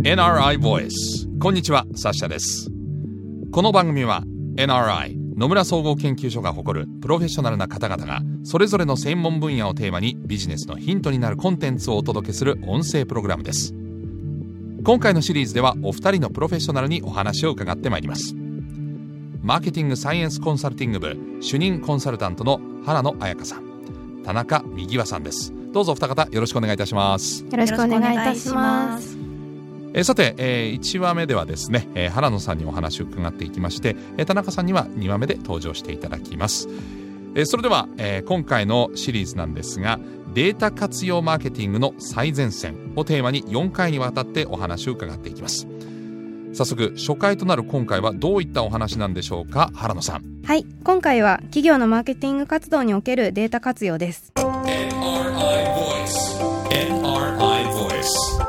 NRI Voice。こんにちは、サッシャです。この番組は NRI 野村総合研究所が誇るプロフェッショナルな方々がそれぞれの専門分野をテーマにビジネスのヒントになるコンテンツをお届けする音声プログラムです。今回のシリーズではお二人のプロフェッショナルにお話を伺ってまいります。マーケティングサイエンスコンサルティング部主任コンサルタントの原野彩香さん、田中美和さんです。どうぞお二方よろしくお願いいたします。 よろしくお願いいたします。 さて、1話目ではですね、原野さんにお話を伺っていきまして、田中さんには2話目で登場していただきます。それでは、今回のシリーズなんですが、データ活用マーケティングの最前線をテーマに4回にわたってお話を伺っていきます。早速初回となる今回はどういったお話なんでしょうか、原野さん。 はい、今回は企業のマーケティング活動におけるデータ活用です。 NRI Voice。NRI Voice。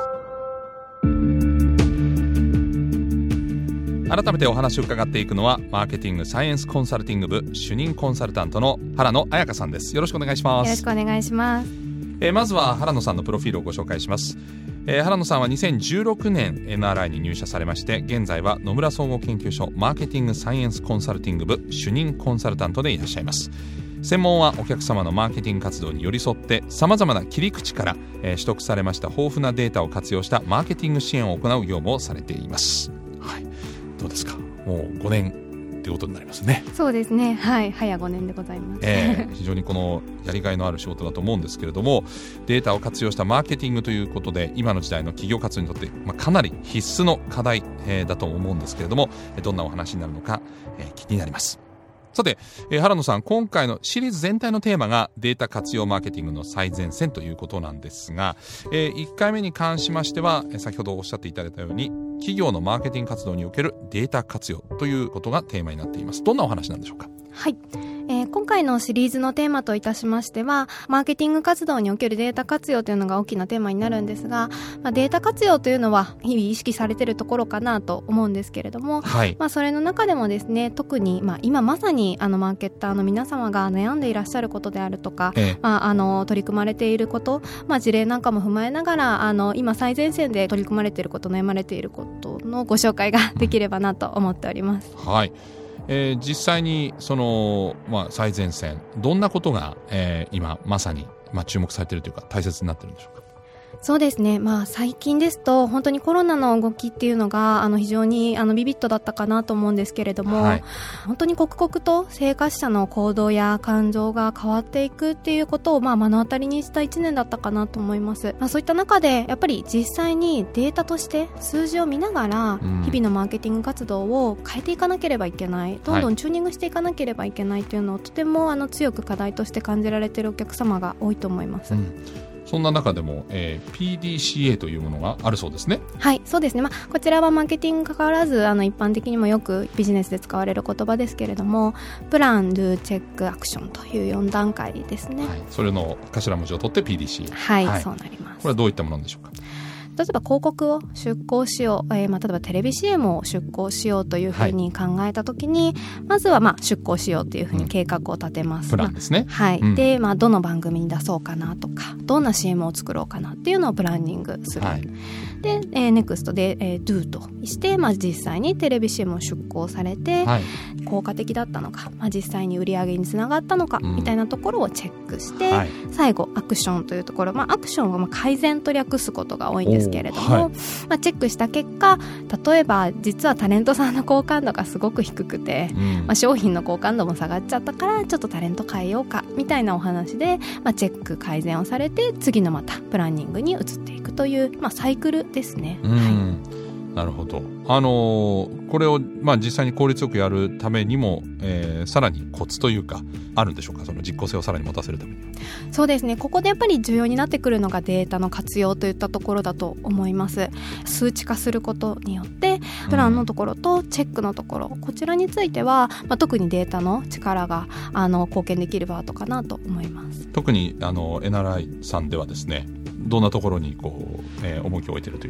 改めてお話を伺っていくのはマーケティングサイエンスコンサルティング部主任コンサルタントの原野彩香さんです。よろしくお願いします。 よろしくお願いします。 まずは原野さんのプロフィールをご紹介します。原野さんは2016年 NRI に入社されまして、現在は野村総合研究所マーケティングサイエンスコンサルティング部主任コンサルタントでいらっしゃいます。専門はお客様のマーケティング活動に寄り添ってさまざまな切り口から、取得されました豊富なデータを活用したマーケティング支援を行う業務をされています。はい、どうですか、もう5年ということになりますね。 そうですね、はい、早5年でございます。 非常にこのやりがいのある仕事だと思うんですけれども、データを活用したマーケティングということで今の時代の企業活動にとって、かなり必須の課題、だと思うんですけれども、どんなお話になるのか、気になります。さて、原野さん、今回のシリーズ全体のテーマがデータ活用マーケティングの最前線ということなんですが、1回目に関しましては先ほどおっしゃっていただいたように企業のマーケティング活動におけるデータ活用ということがテーマになっています。どんなお話なんでしょうか。 はい、今回のシリーズのテーマといたしましてはマーケティング活動におけるデータ活用というのが大きなテーマになるんですが、データ活用というのは日々意識されているところかなと思うんですけれども、はい、それの中でもですね、特に、今まさにマーケッターの皆様が悩んでいらっしゃることであるとか、取り組まれていること、事例なんかも踏まえながら今最前線で取り組まれていること、悩まれていることのご紹介ができればなと思っております。 はい、実際にその、最前線どんなことが、今まさに、注目されているというか大切になっているんでしょうか。 そうですね、最近ですと本当にコロナの動きっていうのが非常にビビッドだったかなと思うんですけれども、はい、本当に刻々と生活者の行動や感情が変わっていくっていうことを目の当たりにした1年だったかなと思います。そういった中でやっぱり実際にデータとして数字を見ながら日々のマーケティング活動を変えていかなければいけない、どんどんチューニングしていかなければいけないというのをとても強く課題として感じられているお客様が多いと思います。 そんな中でも、PDCA というものがあるそうですね。 はい、そうですね、こちらはマーケティングに関わらず一般的にもよくビジネスで使われる言葉ですけれども、プラン、ドゥ、チェック、アクションという4段階ですね。はい、 それの頭文字を取って PDCA。 はい、そうなります。 これはどういったものなんでしょうか。 例えば広告を出稿しよう、例えばテレビ CM を出稿しようというふうに考えたときに、まずは出稿しようというふうに計画を立てます。 プランですね。 はい、で、どの番組に出そうかなとか、どんな CM を作ろうかなっていうのをプランニングする。はい、で、NEXT で、Do として、実際にテレビ CM を出稿されて、効果的だったのか、実際に売り上げにつながったのか、みたいなところをチェックして、最後アクションというところ、アクションは改善と略すことが多いんですけれども、チェックした結果、例えば実はタレントさんの好感度がすごく低くて、商品の好感度も下がっちゃったからちょっとタレント変えようかみたいなお話で、チェック改善をされて次のまたプランニングに移っていくという、サイクルですね。 なるほど。これを、実際に効率よくやるためにも、さらにコツというかあるんでしょうか。その実効性をさらに持たせるために。 そうですね、ここでやっぱり重要になってくるのがデータの活用といったところだと思います。数値化することによってプランのところとチェックのところ、こちらについては、特にデータの力が貢献できるワードかなと思います。 特にNRI さんではですね、どんなところに重きを置いているというか。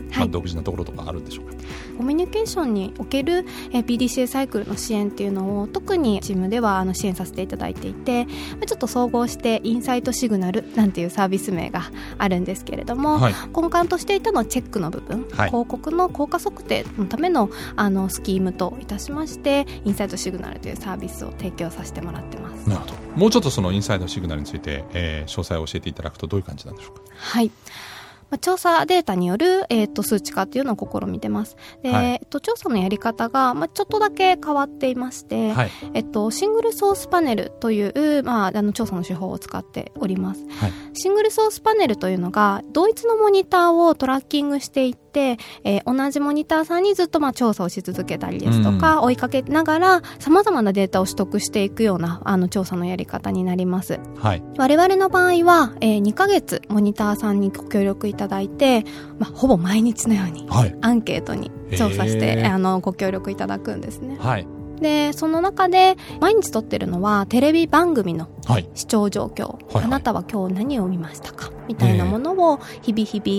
独自なところとかあるんでしょうか。 コミュニケーションにおける PDCA サイクルの支援っていうのを特にチームでは支援させていただいていて、ちょっと総合してインサイトシグナルなんていうサービス名があるんですけれども、根幹としていたのはチェックの部分、広告の効果測定のためのスキームといたしましてインサイトシグナルというサービスを提供させてもらってます。 なるほど。もうちょっとそのインサイトシグナルについて、詳細を教えていただくとどういう感じなんでしょうか。 はい、調査データによる、数値化っていうのを試みてます。で、調査のやり方が、ちょっとだけ変わっていまして、シングルソースパネルという、調査の手法を使っております。シングルソースパネルというのが同一のモニターをトラッキングしていって、同じモニターさんにずっと調査をし続けたりですとか、追いかけながら様々なデータを取得していくような調査のやり方になります。我々の場合は、2ヶ月モニターさんにご協力いただいて、ほぼ毎日のようにアンケートに調査して、ご協力いただくんですね。でその中で毎日撮ってるのはテレビ番組の視聴状況、あなたは今日何を見ましたかみたいなものを日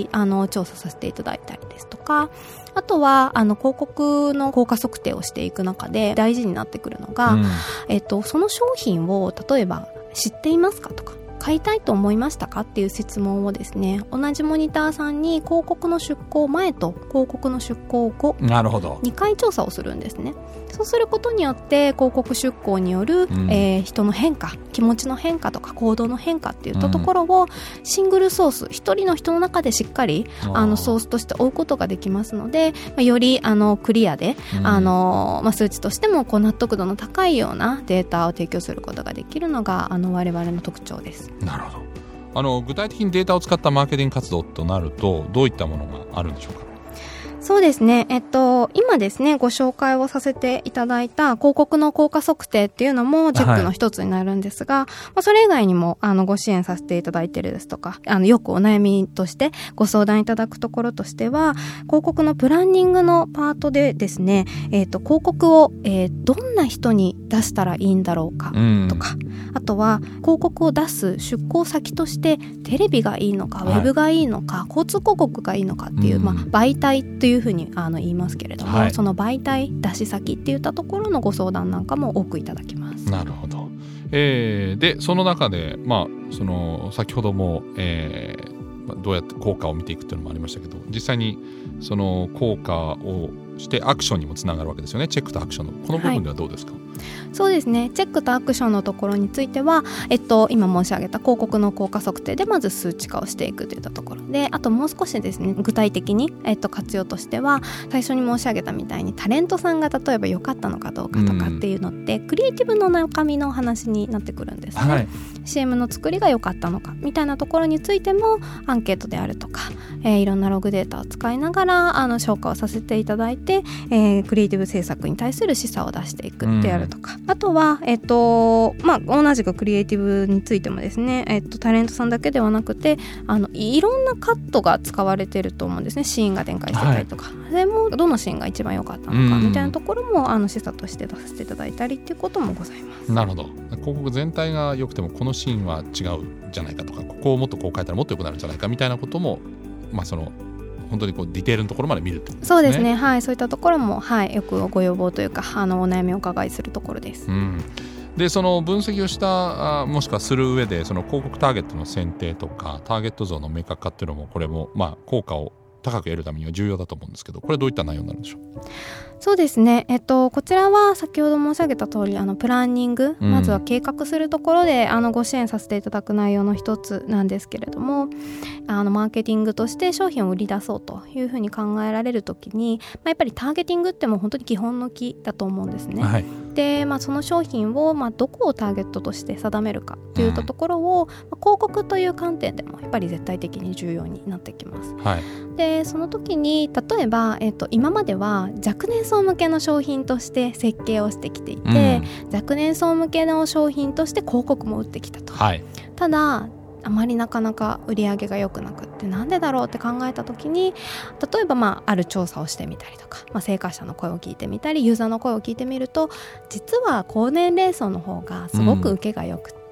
々調査させていただいたりですとか、あとは広告の効果測定をしていく中で大事になってくるのが、その商品を例えば知っていますかとか買いたいと思いましたかっていう質問をですね、同じモニターさんに広告の出稿前と広告の出稿後2回調査をするんですね。そうすることによって広告出稿による、人の変化、気持ちの変化とか行動の変化っていったところをシングルソース、一人の人の中でしっかりソースとして追うことができますので、よりクリアで、数値としても納得度の高いようなデータを提供することができるのが我々の特徴です。 なるほど。具体的にデータを使ったマーケティング活動となるとどういったものがあるんでしょうか。 そうですね。今ですね、ご紹介をさせていただいた広告の効果測定っていうのもチェックの一つになるんですが、それ以外にもご支援させていただいているですとか、よくお悩みとしてご相談いただくところとしては、広告のプランニングのパートでですね、広告を、どんな人に出したらいいんだろうかとか、あとは広告を出す出向先としてテレビがいいのか、ウェブがいいのか、交通広告がいいのかっていう、媒体というふうに言いますけれども、その媒体、出し先っていったところのご相談なんかも多くいただきます。 なるほど。でその中で、その先ほども、どうやって効果を見ていくっていうのもありましたけど、実際にその効果をしてアクションにもつながるわけですよね。チェックとアクションのこの部分ではどうですか。 そうですね。チェックとアクションのところについては、今申し上げた広告の効果測定でまず数値化をしていくといったところで、あともう少しですね、具体的に、活用としては最初に申し上げたみたいにタレントさんが例えば良かったのかどうかとかっていうのって、クリエイティブの中身のお話になってくるんですね。CM の作りが良かったのかみたいなところについてもアンケートであるとか、いろんなログデータを使いながら消化をさせていただいて、クリエイティブ制作に対する示唆を出していくであるとか、あとは、同じくクリエイティブについてもですね、タレントさんだけではなくていろんなカットが使われていると思うんですね。シーンが展開してたりとか、それもどのシーンが一番良かったのかみたいなところも示唆として出させていただいたりっていうこともございます。 なるほど。広告全体が良くてもこのシーンは違うじゃないかとか、ここをもっとこう変えたらもっと良くなるんじゃないかみたいなことも、その本当にディテールのところまで見るってことですね。 そうですね。そういったところも、よくご要望というかお悩みをお伺いするところです。 でその分析をしたもしくはする上で、その広告ターゲットの選定とかターゲット像の明確化っていうのも、これも効果を高く得るためには重要だと思うんですけど、これどういった内容になるんでしょう。 そうですね、こちらは先ほど申し上げた通りプランニング、まずは計画するところでご支援させていただく内容の一つなんですけれども、マーケティングとして商品を売り出そうというふうに考えられるときに、やっぱりターゲティングってもう本当に基本の木だと思うんですね。で、その商品を、どこをターゲットとして定めるかといったところを、広告という観点でもやっぱり絶対的に重要になってきます。でその時に例えば、今までは若年層向けの商品として設計をしてきていて、若年層向けの商品として広告も売ってきたと。ただあまりなかなか売り上げが良くなくって、なんでだろうって考えた時に、例えばある調査をしてみたりとか、生活者の声を聞いてみたりユーザーの声を聞いてみると、実は高年齢層の方がすごく受けが良くって、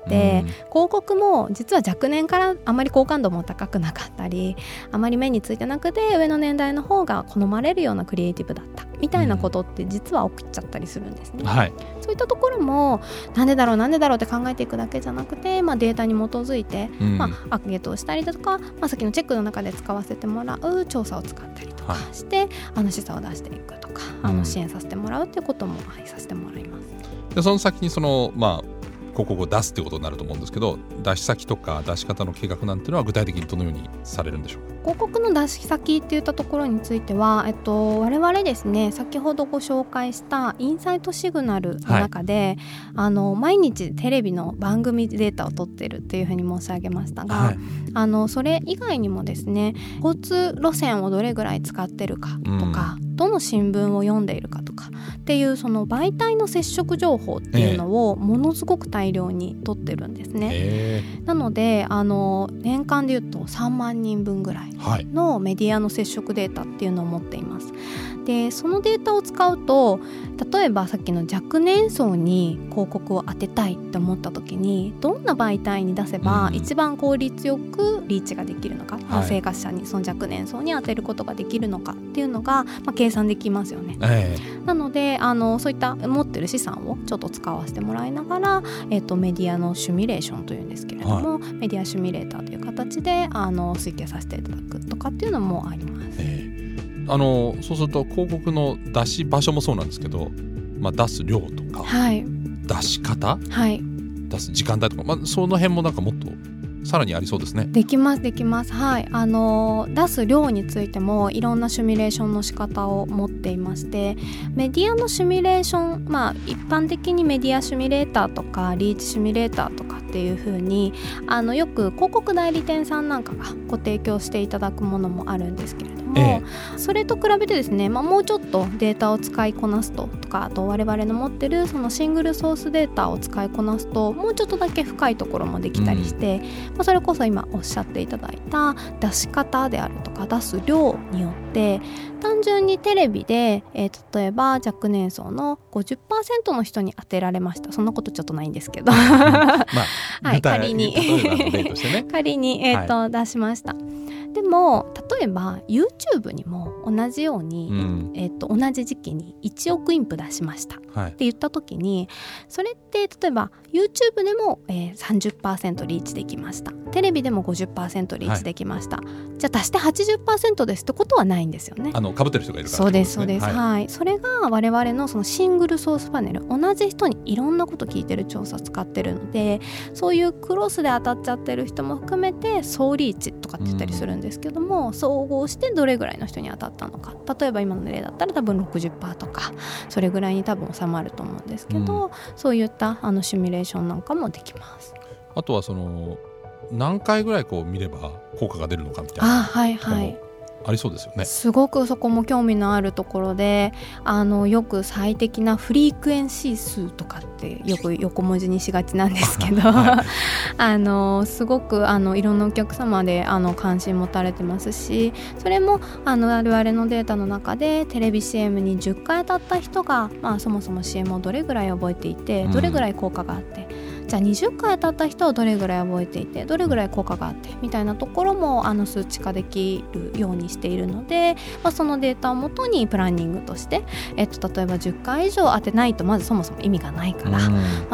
て、広告も実は若年からあまり好感度も高くなかったり、あまり目についてなくて上の年代の方が好まれるようなクリエイティブだったみたいなことって実は起きちゃったりするんですね、そういったところもなんでだろうって考えていくだけじゃなくて、データに基づいて、アンケートをしたりだとか、さっきのチェックの中で使わせてもらう調査を使ったりとかして、示唆を出していくとか、支援させてもらうっていうことも、させてもらいます。 でその先に広告を出すっていうことになると思うんですけど、出し先とか出し方の計画なんていうのは具体的にどのようにされるんでしょうか。 広告の出し先っていったところについては、我々ですね、先ほどご紹介したインサイトシグナルの中で、毎日テレビの番組データを取ってるっていうふうに申し上げましたが、それ以外にもですね、交通路線をどれぐらい使ってるかとか、どの新聞を読んでいるかとかっていうその媒体の接触情報っていうのをものすごく大量に取ってるんですね、なので年間でいうと3万人分ぐらいのメディアの接触データっていうのを持っています。でそのデータを使うと、例えばさっきの若年層に広告を当てたいって思った時に、どんな媒体に出せば一番効率よくリーチができるのか、生活者にその若年層に当てることができるのかっていうのが、計算できますよね、なのでそういった持ってる資産をちょっと使わせてもらいながら、メディアのシミュレーションというんですけれども、メディアシミュレーターという形で推計させていただくとかっていうのもあります。 そうすると広告の出し場所もそうなんですけど、出す量とか、出し方、出す時間帯とか、その辺もなんかもっとさらにありそうですね。できます。 出す量についてもいろんなシミュレーションの仕方を持っていまして、メディアのシミュレーション、一般的にメディアシミュレーターとかリーチシミュレーターとかっていう風によく広告代理店さんなんかがご提供していただくものもあるんですけれども、それと比べてですね、もうちょっとデータを使いこなすとか、あと我々の持ってるそのシングルソースデータを使いこなすと、もうちょっとだけ深いところもできたりして、それこそ今おっしゃっていただいた出し方であるとか出す量によって単純にテレビで、例えば若年層の 50% の人に当てられました。そんなことちょっとないんですけど仮に仮に、出しました。でも例えば YouTube にも同じように、同じ時期に1億インプ出しました、って言った時に、それって例えば YouTube でも、30% リーチできました、テレビでも 50% リーチできました、じゃあ足して 80% ですってことはないんですよね。 被ってる人がいるから。 そうです、それが我々のそのシングルソースパネル、同じ人にいろんなこと聞いてる調査使ってるので、そういうクロスで当たっちゃってる人も含めて総リーチとかって言ったりするんですけども、総合してどれぐらいの人に当たったのか、例えば今の例だったら多分 60% とかそれぐらいに多分収まると思うんですけど、そういったシミュレーションなんかもできます。 あとはその何回ぐらい見れば効果が出るのかみたいなありそうですよね。 すごくそこも興味のあるところで、よく最適なフリークエンシー数とかってよく横文字にしがちなんですけどすごくいろんなお客様で関心持たれてますし、それも我々のデータの中でテレビ CM に10回当たった人が、そもそも CM をどれぐらい覚えていて、どれぐらい効果があって、じゃあ20回当たった人はどれぐらい覚えていて、どれぐらい効果があってみたいなところも数値化できるようにしているので、そのデータをもとにプランニングとして、例えば10回以上当てないとまずそもそも意味がないから、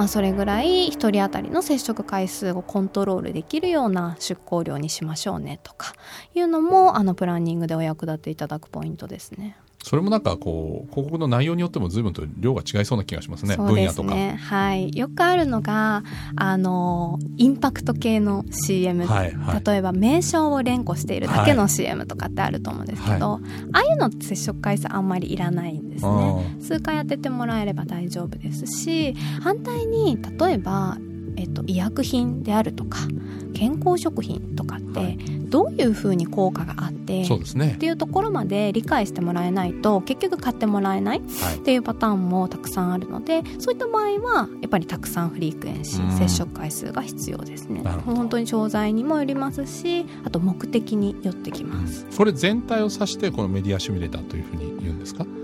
それぐらい1人当たりの接触回数をコントロールできるような出稿量にしましょうねとかいうのもプランニングでお役立ていただくポイントですね。 それもなんか広告の内容によっても随分と量が違いそうな気がしますね。 そうですね、分野とか、よくあるのがインパクト系の CM、例えば名称を連呼しているだけの CM とかってあると思うんですけど、ああいうのって接触回数あんまりいらないんですね。数回当ててもらえれば大丈夫ですし、反対に例えば医薬品であるとか健康食品とかってどういうふうに効果があって、っていうところまで理解してもらえないと結局買ってもらえないっていうパターンもたくさんあるので、そういった場合はやっぱりたくさんフリークエンシー、接触回数が必要ですね。本当に商材にもよりますし、あと目的によってきます。 これ全体を指してこのメディアシミュレーターというふうに言うんですか？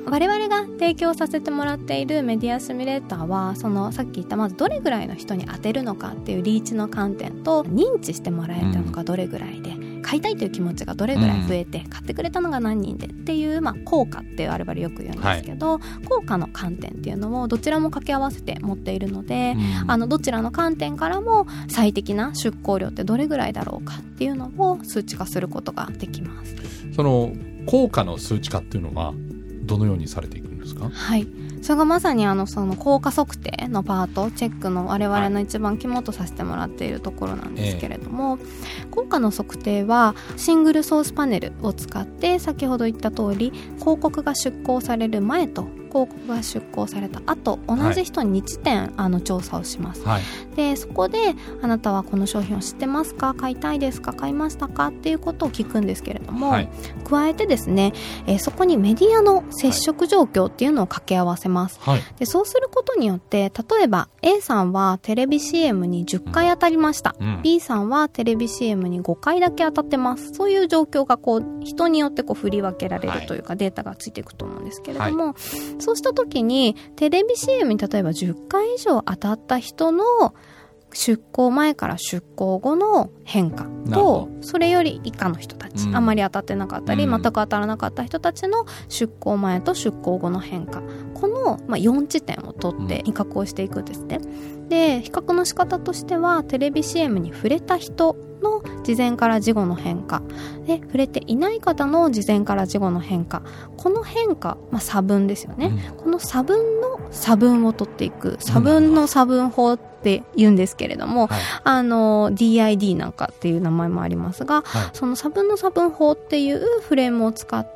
我々が提供させてもらっているメディアシミュレーターはさっき言ったまずどれぐらいの人に当てるのかっていうリーチの観点と、認知してもらえたのがどれぐらいで、買いたいという気持ちがどれぐらい増えて、買ってくれたのが何人でっていう、効果って我々よく言うんですけど、効果の観点っていうのをどちらも掛け合わせて持っているので、どちらの観点からも最適な出稿量ってどれぐらいだろうかっていうのを数値化することができます。 その効果の数値化っていうのはどのようにされていくんですか？ はい、それがまさにその効果測定のパート、チェックの我々の一番肝とさせてもらっているところなんですけれども、効果の測定はシングルソースパネルを使って、先ほど言った通り広告が出稿される前と広告が出稿された後、同じ人に日点、調査をします、でそこであなたはこの商品を知ってますか、買いたいですか、買いましたかっていうことを聞くんですけれども、加えてですね、そこにメディアの接触状況っていうのを掛け合わせます、でそうすることによって、例えば A さんはテレビ CM に10回当たりました、B さんはテレビ CM に5回だけ当たってます。そういう状況が人によって振り分けられるというか、データがついていくと思うんですけれども、そうした時にテレビ CM に例えば10回以上当たった人の出稿前から出稿後の変化と、それより以下の人たち、あんまり当たってなかったり、全く当たらなかった人たちの出稿前と出稿後の変化、この4地点を取って比較をしていくんですね。で比較の仕方としては、テレビ CM に触れた人の事前から事後の変化で、触れていない方の事前から事後の変化、この変化、差分ですよね、この差分の差分を取っていく、差分の差分法って言うんですけれども、DID なんかっていう名前もありますが、その差分の差分法っていうフレームを使って、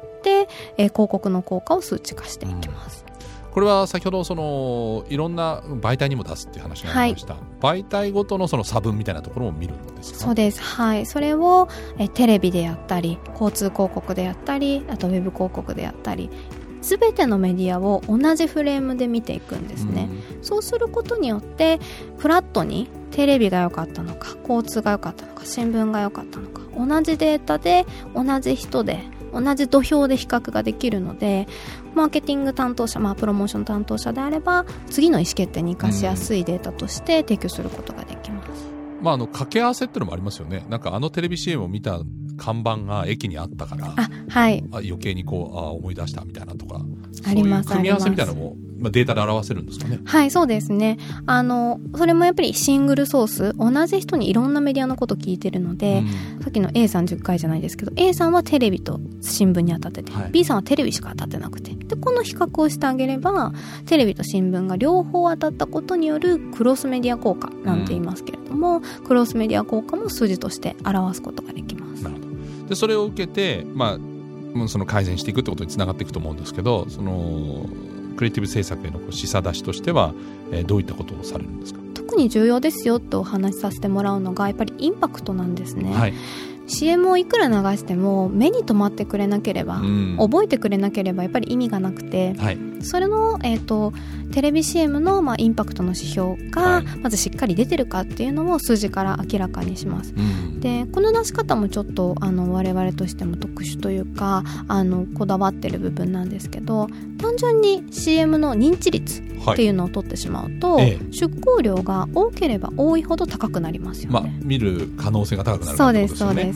広告の効果を数値化していきます。 これは先ほどいろんな媒体にも出すっていう話がありました、媒体ごとのその差分みたいなところを見るんですか？ そうです、それをテレビでやったり、交通広告でやったり、あとウェブ広告でやったり、すべてのメディアを同じフレームで見ていくんですね、そうすることによってフラットにテレビが良かったのか、交通が良かったのか、新聞が良かったのか、同じデータで同じ人で同じ土俵で比較ができるので、マーケティング担当者、プロモーション担当者であれば次の意思決定に生かしやすいデータとして提供することができます。 掛け合わせっていうのもありますよね。なんかテレビ CM を見た看板が駅にあったから、余計に思い出したみたいなとか、 あります。 そういう組み合わせみたいなのもデータで表せるんですかね？ はい、そうですね。それもやっぱりシングルソース、同じ人にいろんなメディアのことを聞いてるので、さっきの A さん10回じゃないですけど、 A さんはテレビと新聞に当たってて、B さんはテレビしか当たってなくて、でこの比較をしてあげれば、テレビと新聞が両方当たったことによるクロスメディア効果なんて言いますけれども、クロスメディア効果も数字として表すことができます。 なるほど。でそれを受けて、その改善していくってことにつながっていくと思うんですけど、そのクリエイティブ制作への示唆出しとしては、どういったことをされるんですか？ 特に重要ですよとお話しさせてもらうのがやっぱりインパクトなんですね、CM をいくら流しても目に留まってくれなければ、覚えてくれなければやっぱり意味がなくて、それの、テレビ CM の、インパクトの指標がまずしっかり出てるかっていうのを数字から明らかにします、でこの出し方もちょっと我々としても特殊というかこだわってる部分なんですけど、単純に CM の認知率っていうのを取ってしまうと、出稿量が多ければ多いほど高くなりますよね、見る可能性が高くなるということですよね。 そうです、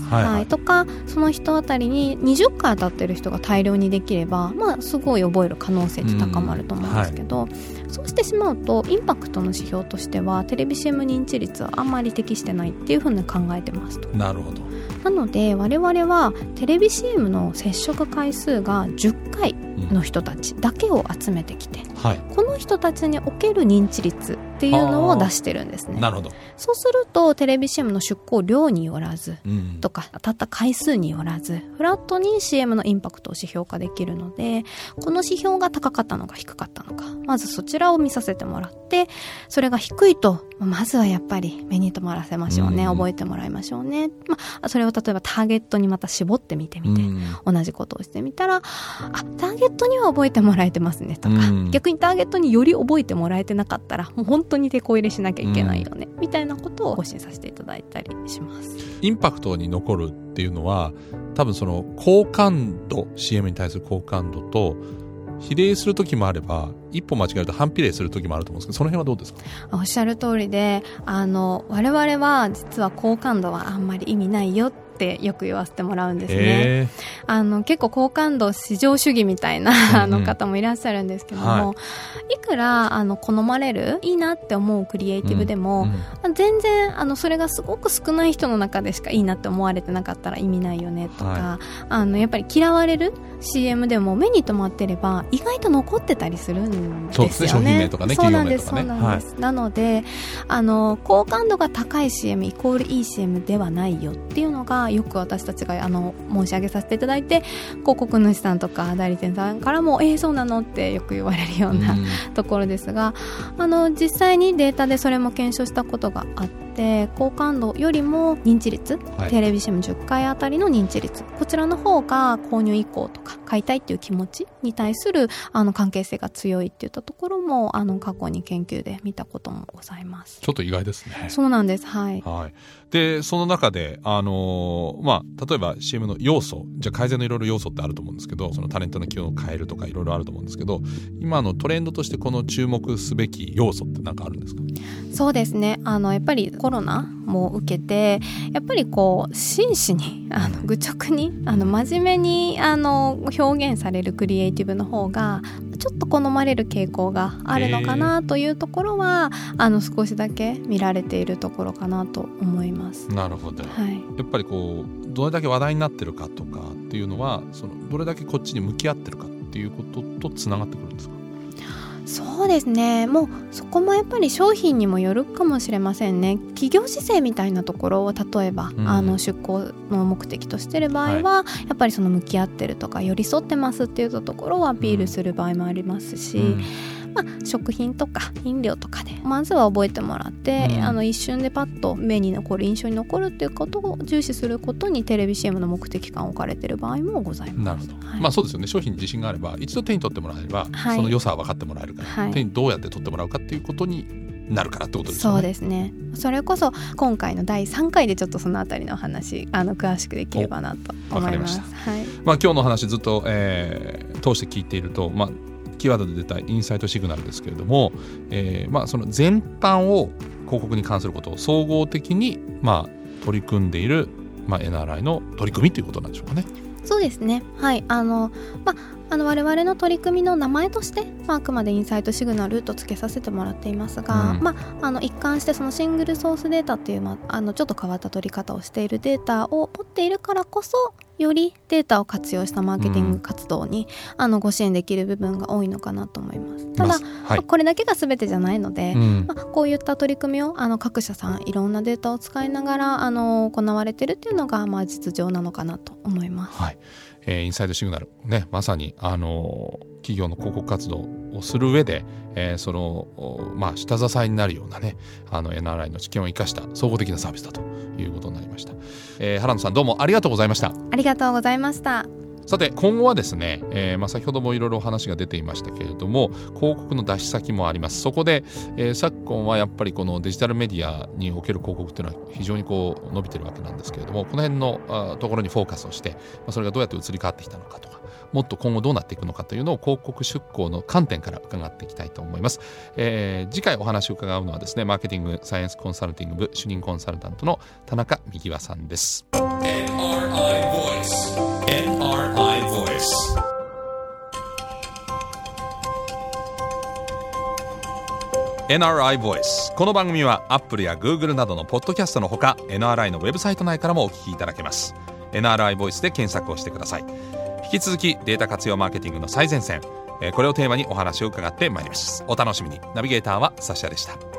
とかその人あたりに20回当たってる人が大量にできれば、すごい覚える可能性って高まると思うんですけど、そうしてしまうとインパクトの指標としてはテレビ CM 認知率はあんまり適してないっていうふうに考えてますと。 なるほど。 なので我々はテレビ CM の接触回数が10回の人たちだけを集めてきて、この人たちにおける認知率っていうのを出してるんですね。 なるほど。 そうするとテレビ CM の出稿量によらず、とか当たった回数によらずフラットに CM のインパクトを指標化できるので、この指標が高かったのか低かったのか、まずそちらを見させてもらって、それが低いとまずはやっぱり目に留まらせましょうね、覚えてもらいましょうね、それを例えばターゲットにまた絞ってみてみて、同じことをしてみたらターゲットには覚えてもらえてますねとか、逆にターゲットにより覚えてもらえてなかったらもう本当に手こ入れしなきゃいけないよね、みたいなことを更新させていただいたりします。 インパクトに残るっていうのは多分その好感度、 CM に対する好感度と比例する時もあれば一歩間違えると反比例する時もあると思うんですけど、その辺はどうですか？ おっしゃる通りで、我々は実は好感度はあんまり意味ないよってよく言わせてもらうんですね。結構好感度至上主義みたいな方もいらっしゃるんですけども、いくら好まれるいいなって思うクリエイティブでも、全然それがすごく少ない人の中でしかいいなって思われてなかったら意味ないよねとか、やっぱり嫌われる CM でも目に留まってれば意外と残ってたりするんですよね。 そうですね、商品名とかね、企業名とかね。 そうなんです。なので好感度が高い CM イコールいい CM ではないよっていうのがよく私たちが申し上げさせていただいて、広告主さんとか代理店さんからもそうなのってよく言われるようなところですが、実際にデータでそれも検証したことがあって、好感度よりも認知率、テレビ CM 10回あたりの認知率、こちらの方が購入意向とか買いたいっていう気持ちに対する関係性が強いっていったところも過去に研究で見たこともございます。 ちょっと意外ですね。 そうなんです。はい。 でその中で例えば CM の要素、じゃあ改善のいろいろ要素ってあると思うんですけど、そのタレントの起用を変えるとかいろいろあると思うんですけど、今のトレンドとしてこの注目すべき要素って何かあるんですか？ そうですね、やっぱりコロナも受けて、やっぱり真摯に愚直に真面目に表現されるクリエイティブの方がちょっと好まれる傾向があるのかなというところは少しだけ見られているところかなと思います。 なるほど、やっぱりどれだけ話題になってるかとかっていうのは、どれだけこっちに向き合ってるかっていうこととつながってくるんですか？ そうですね、もうそこもやっぱり商品にもよるかもしれませんね。企業姿勢みたいなところを例えば、出向の目的としている場合は、やっぱりその向き合ってるとか寄り添ってますっていうところをアピールする場合もありますし、食品とか飲料とかでまずは覚えてもらって、一瞬でパッと目に残る、印象に残るっていうことを重視することにテレビ CM の目的感を置かれている場合もございます。 なるほど、そうですよね。商品に自信があれば一度手に取ってもらえれば、その良さは分かってもらえるから、手にどうやって取ってもらうかっていうことになるからってことですよね。そうですね。それこそ今回の第3回でちょっとそのあたりの話詳しくできればなと思います。 今日の話ずっと、通して聞いていると、キーワードで出たインサイトシグナルですけれども、その全般を広告に関することを総合的に、取り組んでいる、NRI の取り組みということなんでしょうかね。 そうですね。我々の取り組みの名前として、あくまでインサイトシグナルと付けさせてもらっていますが、一貫してそのシングルソースデータっていう、ちょっと変わった取り方をしているデータを持っているからこそ、よりデータを活用したマーケティング活動に、ご支援できる部分が多いのかなと思います。ただ、これだけが全てじゃないので、こういった取り組みを各社さんいろんなデータを使いながら行われているっていうのが、実情なのかなと思います。 インサイトシグナルね、まさに企業の広告活動をする上で、その下支えになるようなね、NRI の知見を生かした総合的なサービスだということになりました。原野さん、どうもありがとうございました。 ありがとうございました。 さて今後はですね、先ほどもいろいろお話が出ていましたけれども、広告の出し先もあります。そこで、昨今はやっぱりこのデジタルメディアにおける広告っていうのは非常に伸びてるわけなんですけれども、この辺のところにフォーカスをして、それがどうやって移り変わってきたのかとか、もっと今後どうなっていくのかというのを広告出向の観点から伺っていきたいと思います。次回お話を伺うのはですね、マーケティングサイエンスコンサルティング部主任コンサルタントの田中幹和さんです。NRI Voice。NRI Voice。この番組は Apple や Google などのポッドキャストのほか NRI のウェブサイト内からもお聞きいただけます。NRI Voice で検索をしてください。引き続きデータ活用マーケティングの最前線、これをテーマにお話を伺ってまいります。お楽しみに。ナビゲーターはサッシャでした。